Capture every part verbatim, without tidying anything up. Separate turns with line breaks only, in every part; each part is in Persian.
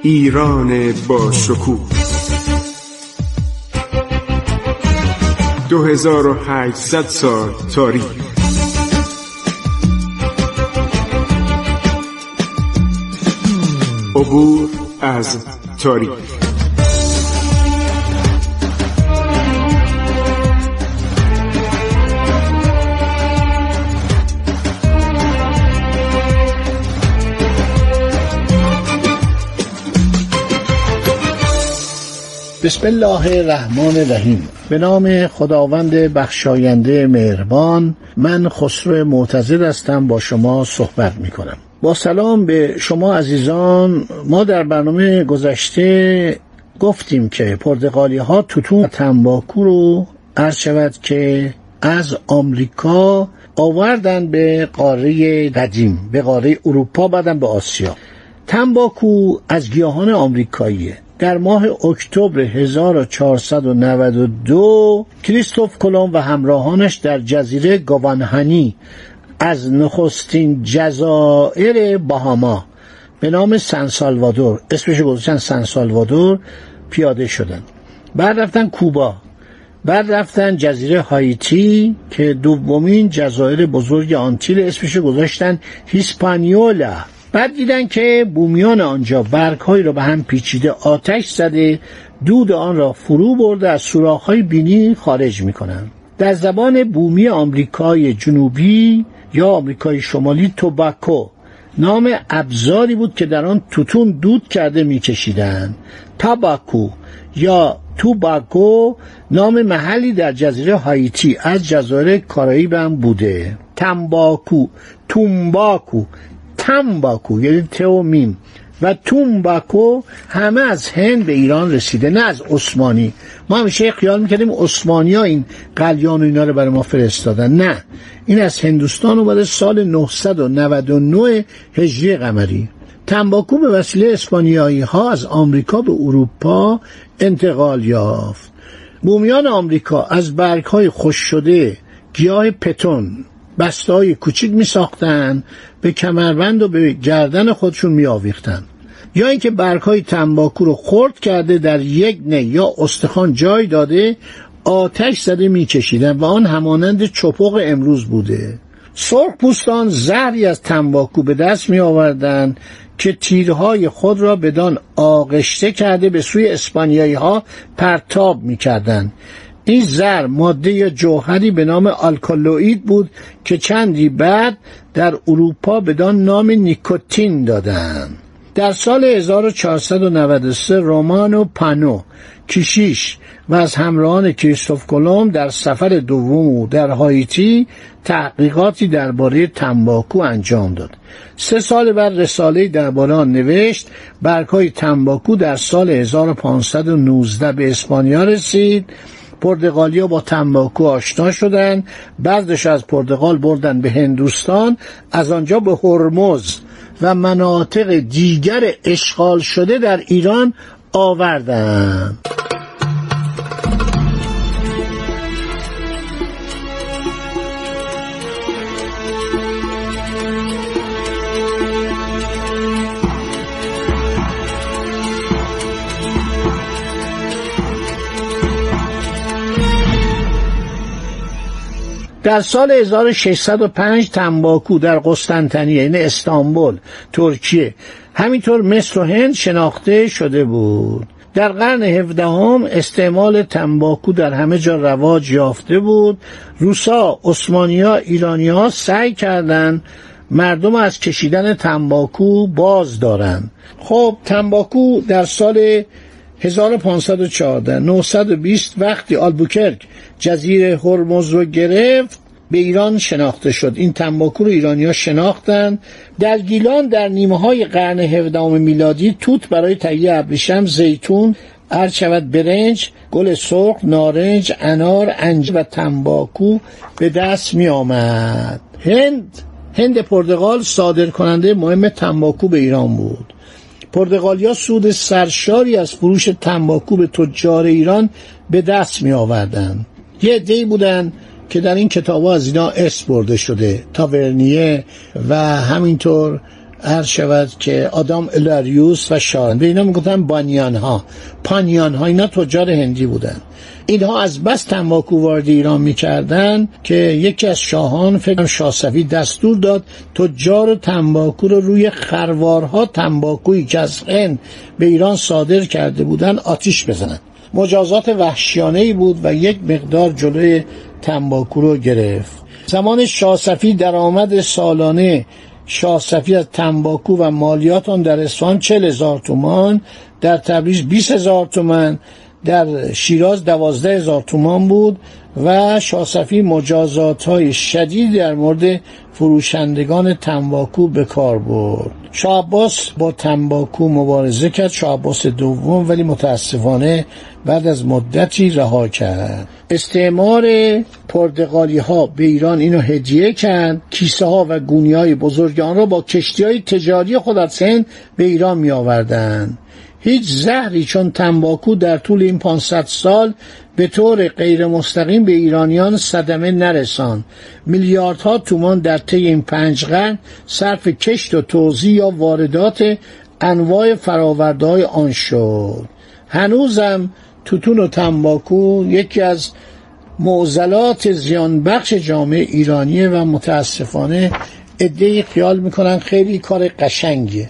ایران با شکوه دو هزار و هشتصد سال تاریخ. عبور از تاریخ.
بسم الله الرحمن الرحیم. به نام خداوند بخشاینده مهربان. من خسرو معتضد هستم، با شما صحبت می کنم. با سلام به شما عزیزان. ما در برنامه گذشته گفتیم که پرتغالی ها توتون تنباکو رو عرض شود که از آمریکا آوردن به قاره قدیم، به قاره اروپا، بعدم به آسیا. تنباکو از گیاهان آمریکاییه. در ماه اکتبر هزار و چهارصد و نود و دو کریستوف کلمب و همراهانش در جزیره گاوانهانی از نخستین جزایر باهاما به نام سن سالوادور، اسمش گذاشتن سن سالوادور، پیاده شدند. بعد رفتن کوبا، بعد رفتن جزیره هایتی که دومین جزایر بزرگ آنتیل، اسمش گذاشتن هیسپانیولا. بعد دیدن که بومیان آنجا برگ‌هایی را به هم پیچیده آتش زده، دود آن را فرو برده از سوراخ‌های بینی خارج می‌کنند. در زبان بومی آمریکای جنوبی یا آمریکای شمالی توباکو نام ابزاری بود که در آن توتون دود کرده می‌کشیدند. تاباکو یا توباکو نام محلی در جزیره هایتی از جزایر کارائیب هم بوده. تنباکو، تومباکو، تنباکو یعنی ت و میم و تومباکو همه از هند به ایران رسیده، نه از عثمانی. ما همیشه خیال میکردیم عثمانی ها این قلیان و اینا رو برای ما فرستادن، نه، این از هندوستان اومده سال نهصد و نود و نه هجری قمری. تنباکو به وسیله اسپانیایی ها از آمریکا به اروپا انتقال یافت. بومیان آمریکا از برگ های خشک شده گیاه پتون بسته‌های کوچیک می ساختن، به کمربند و به گردن خودشون می آویختن، یا اینکه برگ‌های تنباکو رو خرد کرده در یک نه یا استخوان جای داده آتش زده می کشیدن و آن همانند چپق امروز بوده. سرخ پوستان زهری از تنباکو به دست می آوردن که تیرهای خود را بدان آغشته کرده به سوی اسپانیایی ها پرتاب می کردن. این زر ماده یا جوهری به نام آلکالوئید بود که چندی بعد در اروپا بدان نام نیکوتین دادند. در سال هزار و چهارصد و نود و سه رومانو پانو کشیش و از همراهان کریستوف کلمب در سفر دوم در هایتی تحقیقاتی درباره تنباکو انجام داد. سه سال بعد رساله‌ای درباره آن نوشت. برگ‌های تنباکو در سال هزار و پانصد و نوزده به اسپانیا رسید. پرتغالیا با تنباکو آشنا شدند، بعدش از پرتغال بردن به هندوستان، از آنجا به هرمز و مناطق دیگر اشغال شده در ایران آوردند. در سال هزار و ششصد و پنج تنباکو در قسطنطنیه یعنی استانبول ترکیه، همینطور مصر و هند شناخته شده بود. در قرن هفدهم استعمال تنباکو در همه جا رواج یافته بود. روسا، عثمانی‌ها، ایرانی‌ها سعی کردند مردم از کشیدن تنباکو باز دارند. خب تنباکو در سال هزار و پانصد و چهارده نهصد و بیست وقتی آلبوکرک جزیره هرمز رو گرفت به ایران شناخته شد. این تنباکو رو ایرانی‌ها شناختند. در گیلان در نیمه‌های قرن هفدهم میلادی توت برای تهیه ابریشم، زیتون، عرض شود برنج، گل سرخ، نارنج، انار، انجیر و تنباکو به دست می آمد. هند هند پرتغال صادر کننده مهم تنباکو به ایران بود. پرتغالیا سود سرشاری از فروش تنباکو به تجار ایران به دست می آوردند. یه عده‌ای بودن که در این کتاب‌ها از اینا اسم برده شده، تاورنیه و همینطور عرض شود که آدام الاریوس و شارن، به اینا میگفتن بانیان ها، پانیان ها، اینا تجار هندی بودن. اینها از بس تنباکو وارد ایران میکردن که یکی از شاهان، فکر شاه صفی، دستور داد تجار تنباکو رو روی خروارها تنباکویی که از هند به ایران صادر کرده بودن آتیش بزنن. مجازات وحشیانه‌ای بود و یک مقدار جلوی تنباکو رو گرفت. زمان شاه صفی درآمد سالانه شاه صفی از تنباکو و مالیات آن در اصفهان چهل هزار تومان، در تبریز بیست هزار تومان، در شیراز دوازده هزار تومان بود و شاه صفی مجازات‌های شدید در مورد فروشندگان تنباکو به کار برد. شاه عباس با تنباکو مبارزه کرد، شاه عباس دوم، ولی متاسفانه بعد از مدتی رها کرد. استعمار پرتغالی ها به ایران اینو هدیه کرد، کیسه ها و گونی های بزرگ آن را با کشتی های تجاری خود از هند به ایران می آوردند. هیچ زهری چون تنباکو در طول این پانصد سال به طور غیر مستقیم به ایرانیان صدمه نرساند. میلیاردها تومان در طی این پنج قرن صرف کشت و توزیع یا واردات انواع فرآورده‌های آن شد. هنوزم توتون و تنباکو یکی از معضلات زیان بخش جامعه ایرانیه و متاسفانه عده‌ای خیال میکنن خیلی کار قشنگیه.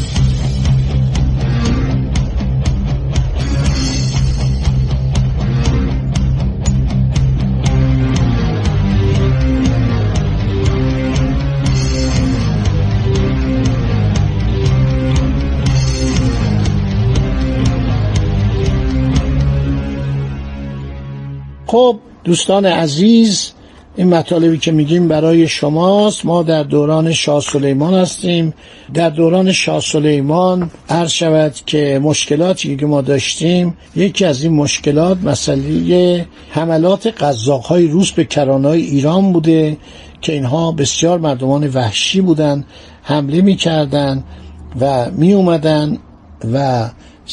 خب دوستان عزیز، این مطالبی که میگیم برای شماست. ما در دوران شاه سلیمان هستیم. در دوران شاه سلیمان عرض شود که مشکلاتی که ما داشتیم، یکی از این مشکلات مسئله حملات قزاق‌های روس به کرانه‌های ایران بوده که اینها بسیار مردمان وحشی بودن، حمله میکردن و میومدن و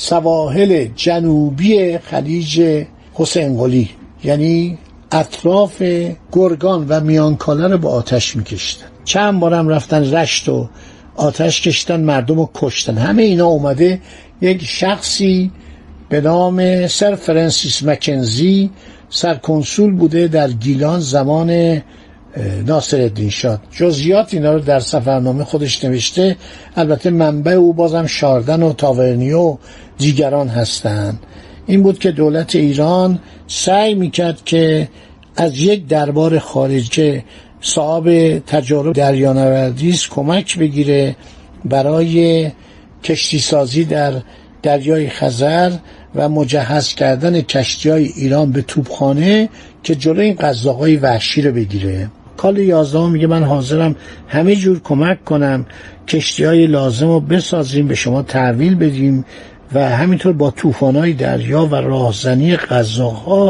سواحل جنوبی خلیج حسین قلی، یعنی اطراف گرگان و میانکاله رو با آتش میکشتن. چند بارم رفتن رشت و آتش کشتن، مردم رو کشتن. همه اینا اومده یک شخصی به نام سر فرانسیس مکنزی سرکنسول بوده در گیلان زمان ناصرالدین شاه. جزئیات اینا رو در سفرنامه خودش نوشته. البته منبع او بازم شاردن و تاورنیو و دیگران هستند. این بود که دولت ایران سعی میکرد که از یک دربار خارجی صاحب تجارب دریانوردی است کمک بگیره برای کشتی سازی در دریای خزر و مجهز کردن کشتی‌های ایران به توپخانه که جلوی این قزاق‌های وحشی رو بگیره. کال یازده میگه من حاضرم همه جور کمک کنم، کشتی‌های لازم رو بسازیم، به شما تحویل بدیم و همینطور با طوفان‌های دریا و راهزنی قزاق‌ها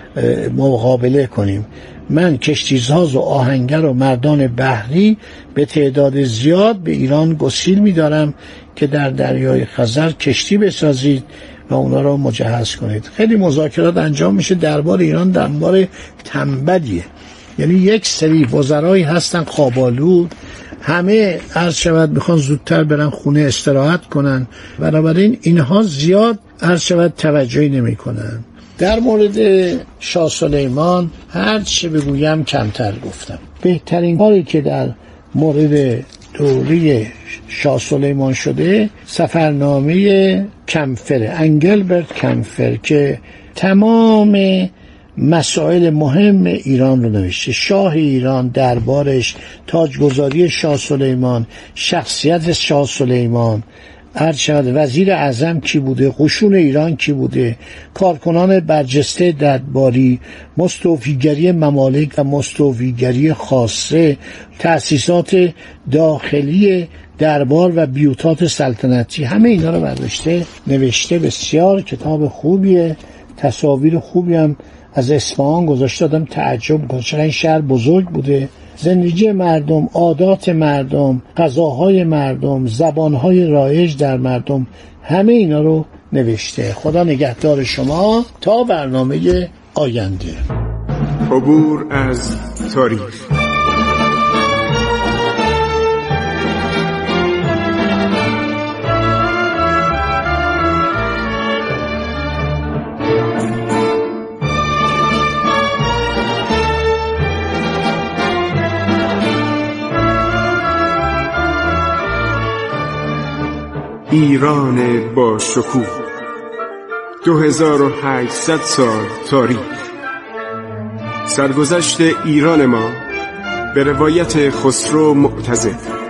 مقابله کنیم. من کشتیساز و آهنگر و مردان بحری به تعداد زیاد به ایران گسیل می‌دارم که در دریای خزر کشتی بسازید و اونا رو مجهز کنید. خیلی مذاکرات انجام میشه. دربار ایران دربار تنبلیه، یعنی یک سری وزرایی هستن خوابالود، همه عرض شود میخوان زودتر برن خونه استراحت کنن، بنابراین اینها زیاد عرض شود توجهی نمی کنن. در مورد شاه سلیمان هر چه بگویم کمتر گفتم. بهترین کاری که در مورد دوره شاه سلیمان شده سفرنامه کمفر، انگلبرت کمفر، که تمام مسائل مهم ایران رو نوشته. شاه ایران، دربارش، تاجگذاری شاه سلیمان، شخصیت شاه سلیمان، عرض شود وزیر اعظم کی بوده، قشون ایران کی بوده، کارکنان برجسته درباری، مستوفیگری ممالک و مستوفیگری خاصه، تأسیسات داخلی دربار و بیوتات سلطنتی، همه اینا رو برداشته نوشته. بسیار کتاب خوبیه. تصاویر خوبی هم از اصفهان گذاشته، آدم تعجب کنه چقدر این شهر بزرگ بوده. زندگی مردم، عادات مردم، غذاهای مردم، زبانهای رایج در مردم، همه اینا رو نوشته. خدا نگهدار شما تا برنامه آینده.
عبور از تاریخ. ایران با شکوه، دو هزار و هشتصد سال تاریخ. سرگذشت ایران ما به روایت خسرو معتضد.